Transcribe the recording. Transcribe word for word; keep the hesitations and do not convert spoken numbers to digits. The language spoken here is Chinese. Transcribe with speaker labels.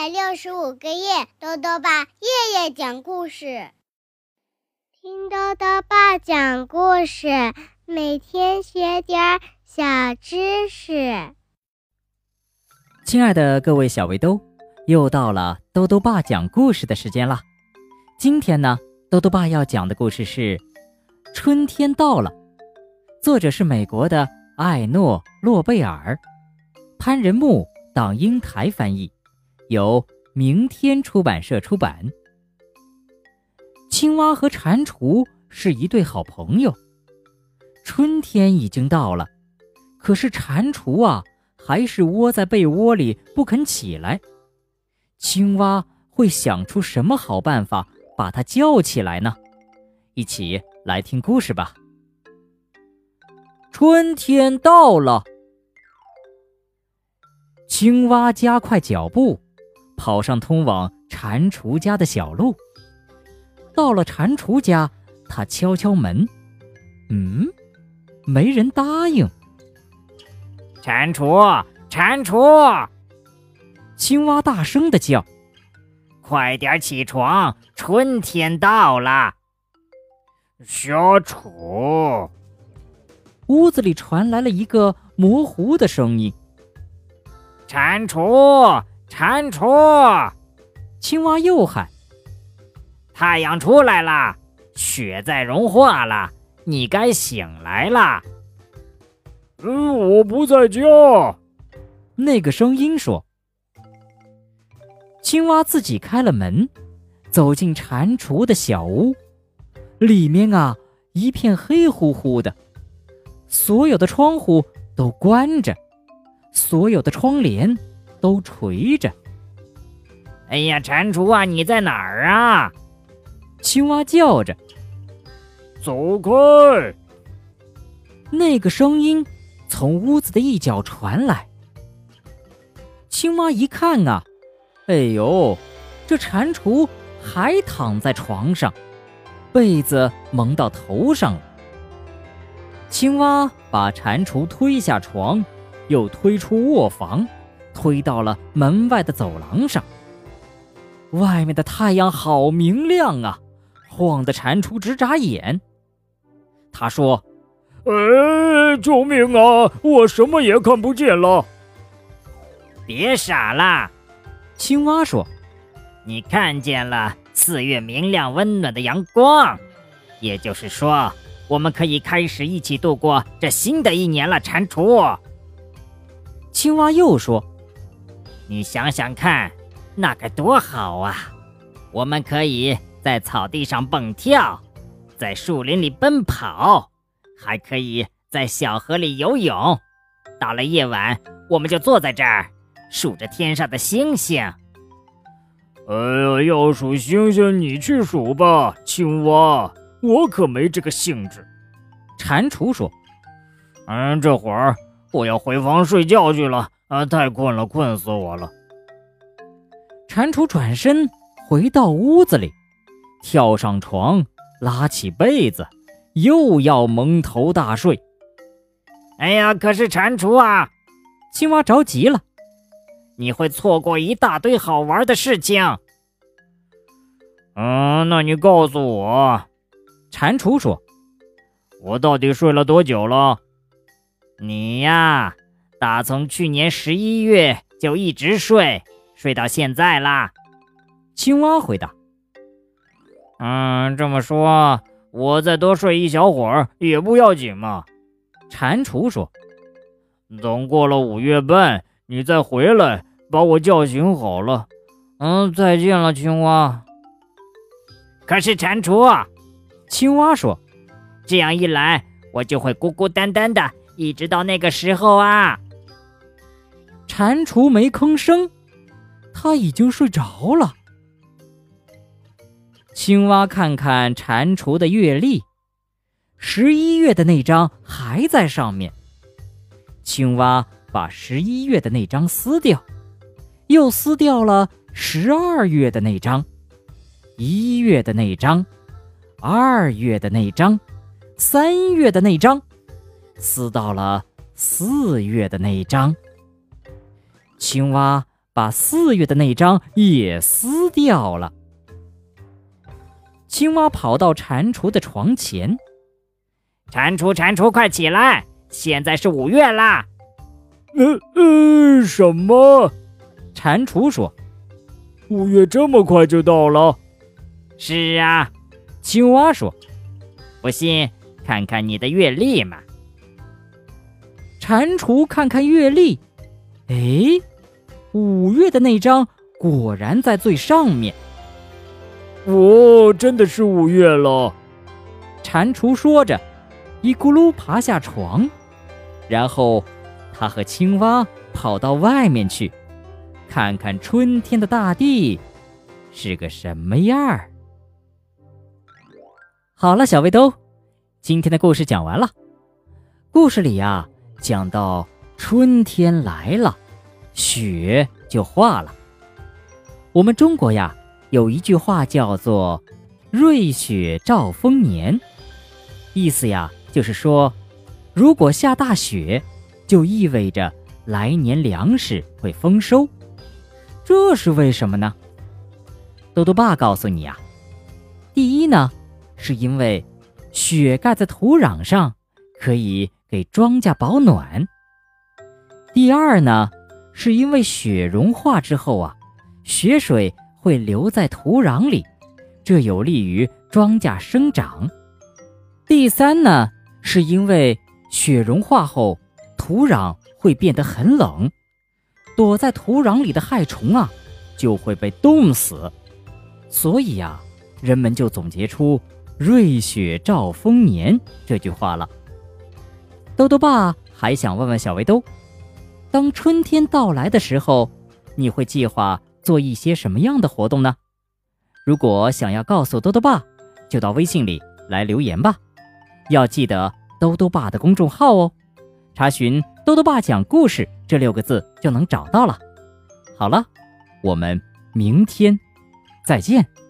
Speaker 1: 百六十五个夜，豆豆爸夜夜讲故事。听豆豆爸讲故事，每天学点小知识。
Speaker 2: 亲爱的各位小围兜，又到了豆豆爸讲故事的时间了。今天呢，豆豆爸要讲的故事是春天到了，作者是美国的艾诺·洛贝尔，潘仁木、党英台翻译，由明天出版社出版。青蛙和蟾蜍是一对好朋友。春天已经到了，可是蟾蜍啊，还是窝在被窝里不肯起来。青蛙会想出什么好办法把它叫起来呢？一起来听故事吧。春天到了，青蛙加快脚步，跑上通往蟾蜍家的小路。到了蟾蜍家，他敲敲门，嗯，没人答应。
Speaker 3: 蟾蜍，蟾蜍！
Speaker 2: 青蛙大声地叫：“
Speaker 3: 快点起床，春天到了！”小楚。
Speaker 2: 屋子里传来了一个模糊的声音：“
Speaker 3: 蟾蜍，蟾蜍！”
Speaker 2: 青蛙又喊：“
Speaker 3: 太阳出来了，雪在融化了，你该醒来了。”“
Speaker 4: 嗯，我不在家。”
Speaker 2: 那个声音说。青蛙自己开了门，走进蟾蜍的小屋。里面啊，一片黑乎乎的，所有的窗户都关着，所有的窗帘都垂着。
Speaker 3: “哎呀，蟾蜍啊，你在哪儿啊？”
Speaker 2: 青蛙叫着。
Speaker 4: “走开！”
Speaker 2: 那个声音从屋子的一角传来。青蛙一看啊，哎呦，这蟾蜍还躺在床上，被子蒙到头上了。青蛙把蟾蜍推下床，又推出卧房，推到了门外的走廊上。外面的太阳好明亮啊，晃得蟾蜍直眨眼。他说：“
Speaker 4: 哎，救命啊！我什么也看不见了。”“
Speaker 3: 别傻了。”
Speaker 2: 青蛙说，“
Speaker 3: 你看见了四月明亮温暖的阳光，也就是说，我们可以开始一起度过这新的一年了。”蟾蜍。
Speaker 2: 青蛙又说：“
Speaker 3: 你想想看，那该多好啊！我们可以在草地上蹦跳，在树林里奔跑，还可以在小河里游泳。到了夜晚，我们就坐在这儿，数着天上的星星。”“
Speaker 4: 哎呀，要数星星你去数吧，青蛙，我可没这个兴致。”
Speaker 2: 蟾蜍说。
Speaker 4: “嗯，这会儿我要回房睡觉去了，啊，太困了，困死我了。”
Speaker 2: 蟾蜍转身回到屋子里，跳上床，拉起被子，又要蒙头大睡。
Speaker 3: “哎呀，可是蟾蜍啊！”
Speaker 2: 青蛙着急了，“
Speaker 3: 你会错过一大堆好玩的事情。”“
Speaker 4: 嗯，那你告诉我。”
Speaker 2: 蟾蜍说，“
Speaker 4: 我到底睡了多久了？”“
Speaker 3: 你呀，打从去年十一月就一直睡，睡到现在啦。”
Speaker 2: 青蛙回答。
Speaker 4: “嗯，这么说，我再多睡一小会儿也不要紧嘛。”
Speaker 2: 蟾蜍说。
Speaker 4: “等过了五月半，你再回来把我叫醒好了。嗯，再见了，青蛙。”“
Speaker 3: 可是蟾蜍。”
Speaker 2: 青蛙说，“
Speaker 3: 这样一来，我就会孤孤单单的，一直到那个时候啊。”
Speaker 2: 蟾蜍没吭声，他已经睡着了。青蛙看看蟾蜍的月历，十一月的那张还在上面。青蛙把十一月的那张撕掉，又撕掉了十二月的那张，一月的那张，二月的那张，三月的那张，撕到了四月的那张。青蛙把四月的那张也撕掉了。青蛙跑到蟾蜍的床前，
Speaker 3: 蟾蜍，蟾蜍，快起来！现在是五月啦！
Speaker 4: 呃呃，什么？
Speaker 2: 蟾蜍说：“
Speaker 4: 五月这么快就到了？”
Speaker 3: 是啊，
Speaker 2: 青蛙说：“
Speaker 3: 不信，看看你的月历嘛。”
Speaker 2: 蟾蜍看看月历，哎，五月的那张果然在最上面。
Speaker 4: 哦，真的是五月了！
Speaker 2: 蟾蜍说着，一咕噜爬下床，然后他和青蛙跑到外面去，看看春天的大地是个什么样儿。好了，小围兜，今天的故事讲完了。故事里呀，讲到春天来了，雪就化了。我们中国呀，有一句话叫做瑞雪兆丰年，意思呀就是说，如果下大雪，就意味着来年粮食会丰收。这是为什么呢？豆豆爸告诉你啊，第一呢，是因为雪盖在土壤上，可以给庄稼保暖。第二呢，是因为雪融化之后啊，雪水会留在土壤里，这有利于庄稼生长。第三呢，是因为雪融化后，土壤会变得很冷，躲在土壤里的害虫啊，就会被冻死。所以啊，人们就总结出瑞雪兆丰年这句话了。豆豆爸还想问问小围兜，当春天到来的时候，你会计划做一些什么样的活动呢？如果想要告诉豆豆爸，就到微信里来留言吧。要记得豆豆爸的公众号哦，查询豆豆爸讲故事这六个字就能找到了。好了，我们明天再见。